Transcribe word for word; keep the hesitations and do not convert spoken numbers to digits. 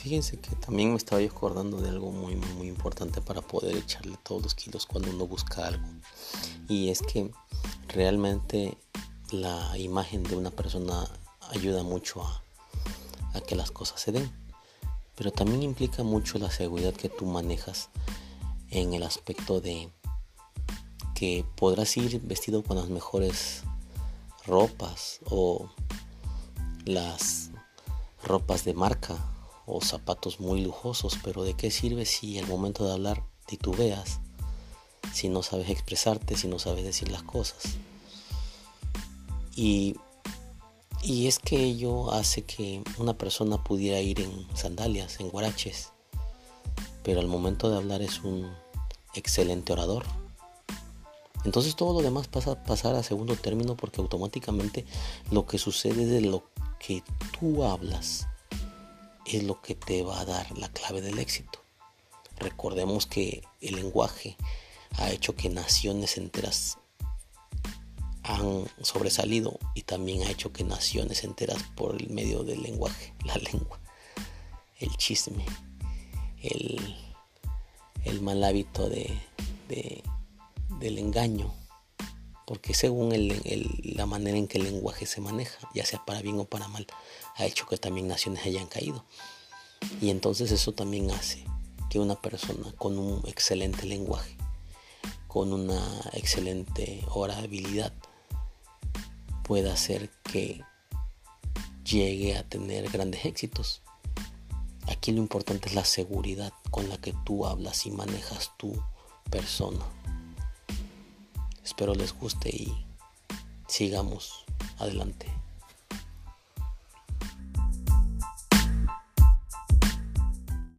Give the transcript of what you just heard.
Fíjense que también me estaba yo acordando de algo muy, muy, muy importante para poder echarle todos los kilos cuando uno busca algo. Y es que realmente la imagen de una persona ayuda mucho a, a que las cosas se den. Pero también implica mucho la seguridad que tú manejas en el aspecto de que podrás ir vestido con las mejores ropas o las ropas de marca o zapatos muy lujosos, pero ¿de qué sirve si al momento de hablar titubeas, si no sabes expresarte, si no sabes decir las cosas? Y, y es que ello hace que una persona pudiera ir en sandalias, en guaraches, pero al momento de hablar es un excelente orador. Entonces todo lo demás pasa a pasar a segundo término, porque automáticamente lo que sucede de lo que tú hablas es lo que te va a dar la clave del éxito. Recordemos que el lenguaje ha hecho que naciones enteras han sobresalido y también ha hecho que naciones enteras por el medio del lenguaje, la lengua, el chisme, el, el mal hábito de, de, del engaño, porque según el, el, la manera en que el lenguaje se maneja, ya sea para bien o para mal, ha hecho que también naciones hayan caído. Y entonces eso también hace que una persona con un excelente lenguaje, con una excelente orabilidad, pueda hacer que llegue a tener grandes éxitos. Aquí lo importante es la seguridad con la que tú hablas y manejas tu persona. Espero les guste y sigamos adelante.